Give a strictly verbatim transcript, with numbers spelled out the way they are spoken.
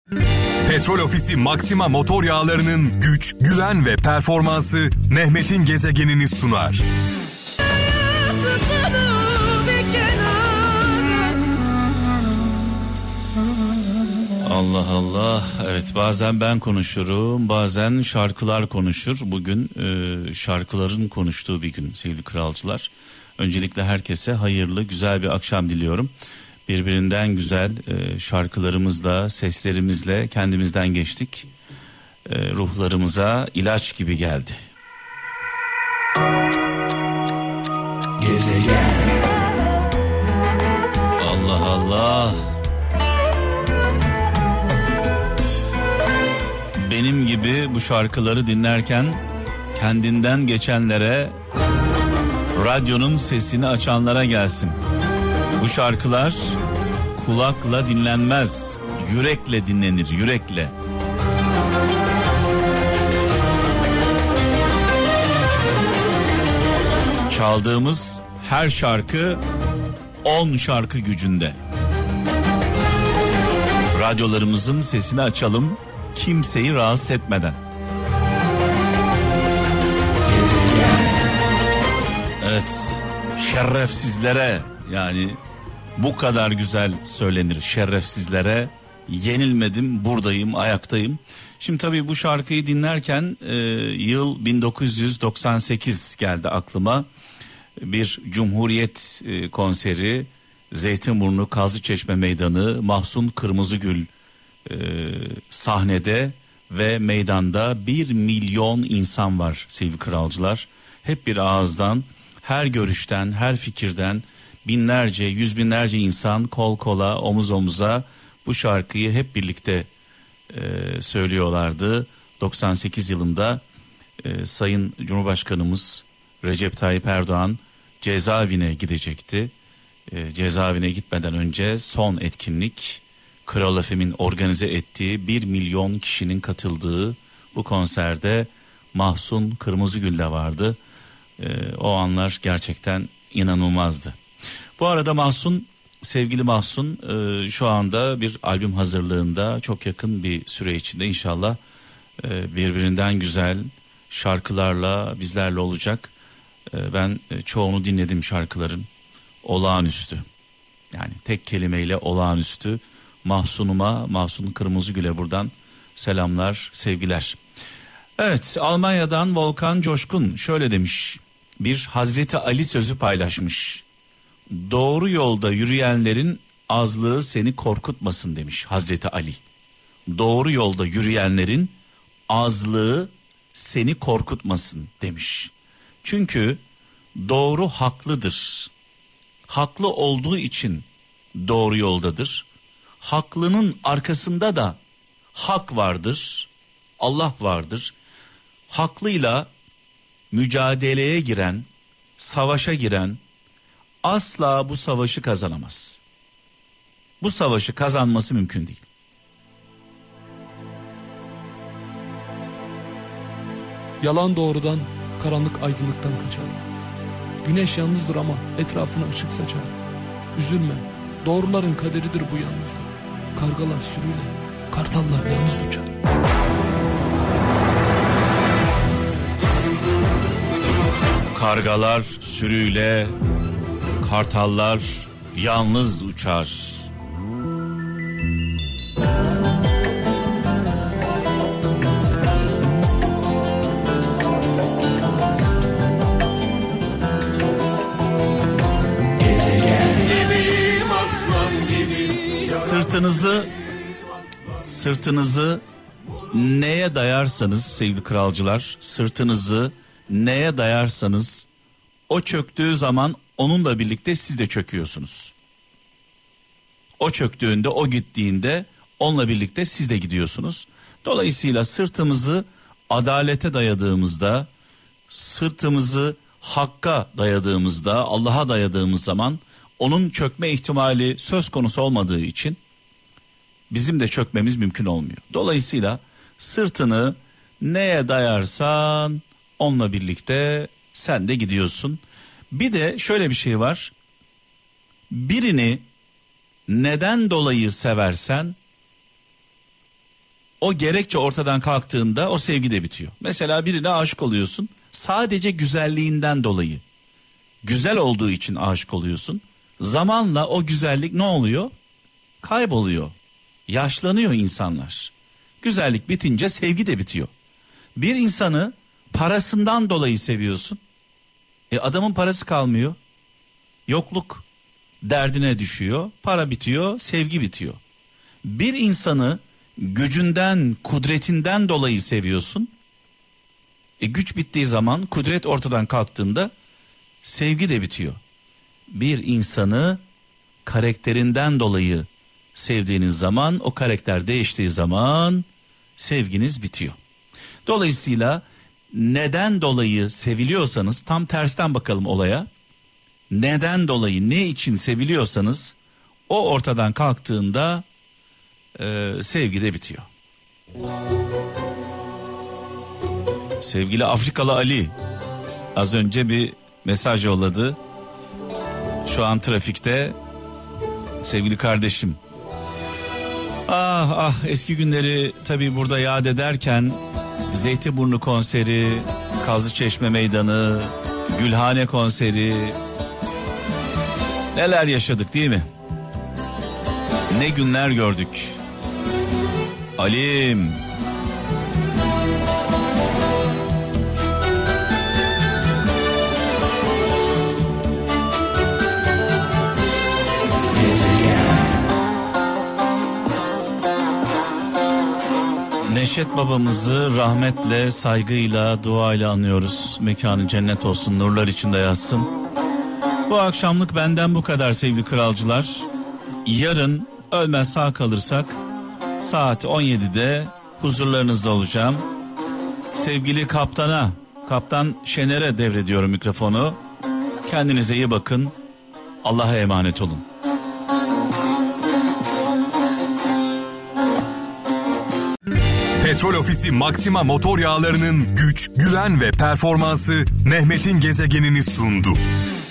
Petrol Ofisi Maxima motor yağlarının güç, güven ve performansı Mehmet'in gezegenini sunar. Allah Allah. Evet, bazen ben konuşurum, bazen şarkılar konuşur. Bugün e, şarkıların konuştuğu bir gün sevgili kralcılar. Öncelikle herkese hayırlı, güzel bir akşam diliyorum. Birbirinden güzel e, şarkılarımızla, seslerimizle kendimizden geçtik. E, ruhlarımıza ilaç gibi geldi. Gezegen. Allah Allah. Benim gibi bu şarkıları dinlerken kendinden geçenlere, radyonun sesini açanlara gelsin. Bu şarkılar kulakla dinlenmez, yürekle dinlenir, yürekle. Çaldığımız her şarkı on şarkı gücünde. Radyolarımızın sesini açalım, kimseyi rahatsız etmeden. Evet, şerefsizlere, yani bu kadar güzel söylenir, şerefsizlere yenilmedim, buradayım, ayaktayım. Şimdi tabii bu şarkıyı dinlerken e, yıl bin dokuz yüz doksan sekiz geldi aklıma. Bir Cumhuriyet e, konseri, Zeytinburnu Kazlıçeşme Meydanı, Mahsun Kırmızıgül e, sahnede ve meydanda bir milyon insan var sevgili kralcılar. Hep bir ağızdan, her görüşten, her fikirden binlerce, yüz binlerce insan kol kola, omuz omuza bu şarkıyı hep birlikte e, söylüyorlardı. doksan sekiz yılında e, Sayın Cumhurbaşkanımız Recep Tayyip Erdoğan cezaevine gidecekti. E, cezaevine gitmeden önce son etkinlik, Kral F M'in organize ettiği bir milyon kişinin katıldığı bu konserde Mahsun Kırmızıgül de vardı. E, o anlar gerçekten inanılmazdı. Bu arada Mahsun, sevgili Mahsun e, şu anda bir albüm hazırlığında, çok yakın bir süre içinde inşallah e, birbirinden güzel şarkılarla bizlerle olacak. E, ben e, çoğunu dinledim şarkıların, olağanüstü. Yani tek kelimeyle olağanüstü. Mahsun'uma, Mahsun Kırmızıgül'e buradan selamlar, sevgiler. Evet, Almanya'dan Volkan Coşkun şöyle demiş, bir Hazreti Ali sözü paylaşmış. Doğru yolda yürüyenlerin azlığı seni korkutmasın demiş Hazreti Ali. Doğru yolda yürüyenlerin azlığı seni korkutmasın demiş. Çünkü doğru haklıdır. Haklı olduğu için doğru yoldadır. Haklının arkasında da hak vardır. Allah vardır. Haklıyla mücadeleye giren, savaşa giren asla bu savaşı kazanamaz. Bu savaşı kazanması mümkün değil. Yalan doğrudan, karanlık aydınlıktan kaçar. Güneş yalnızdır ama etrafına ışık saçar. Üzülme, doğruların kaderidir bu yalnızlık. Kargalar sürüyle, kartallar yalnız uçar. Kargalar sürüyle, kartallar yalnız uçar. Sırtınızı sırtınızı neye dayarsanız sevgili kralcılar, sırtınızı neye dayarsanız o çöktüğü zaman onunla birlikte siz de çöküyorsunuz. O çöktüğünde, o gittiğinde onunla birlikte siz de gidiyorsunuz. Dolayısıyla sırtımızı adalete dayadığımızda, sırtımızı hakka dayadığımızda, Allah'a dayadığımız zaman onun çökme ihtimali söz konusu olmadığı için bizim de çökmemiz mümkün olmuyor. Dolayısıyla sırtını neye dayarsan onunla birlikte sen de gidiyorsun. Bir de şöyle bir şey var. Birini neden dolayı seversen O gerekçe ortadan kalktığında o sevgi de bitiyor. Mesela birine aşık oluyorsun. Sadece güzelliğinden dolayı. Güzel olduğu için aşık oluyorsun. Zamanla o güzellik ne oluyor? Kayboluyor. Yaşlanıyor insanlar. Güzellik bitince sevgi de bitiyor. Bir insanı parasından dolayı seviyorsun. E adamın parası kalmıyor. Yokluk derdine düşüyor. Para bitiyor, sevgi bitiyor. Bir insanı gücünden, kudretinden dolayı seviyorsun. E güç bittiği zaman, kudret ortadan kalktığında sevgi de bitiyor. Bir insanı karakterinden dolayı sevdiğiniz zaman, o karakter değiştiği zaman sevginiz bitiyor. Dolayısıyla neden dolayı seviliyorsanız, tam tersten bakalım olaya. Neden dolayı, ne için seviliyorsanız o ortadan kalktığında e, sevgi de bitiyor. Sevgili Afrikalı Ali az önce bir mesaj yolladı. Şu an trafikte. Sevgili kardeşim. Ah ah, eski günleri tabii burada yad ederken Zeytinburnu konseri, Kazlıçeşme Meydanı, Gülhane konseri, neler yaşadık değil mi? Ne günler gördük. Alim. Neşet babamızı rahmetle, saygıyla, duayla anıyoruz. Mekanı cennet olsun, nurlar içinde yatsın. Bu akşamlık benden bu kadar sevgili kralcılar. Yarın ölmez sağ kalırsak saat on yedide huzurlarınızda olacağım. Sevgili kaptana, Kaptan Şener'e devrediyorum mikrofonu. Kendinize iyi bakın. Allah'a emanet olun. Petrol Ofisi Maxima motor yağlarının güç, güven ve performansı Mehmet'in gezegenini sundu.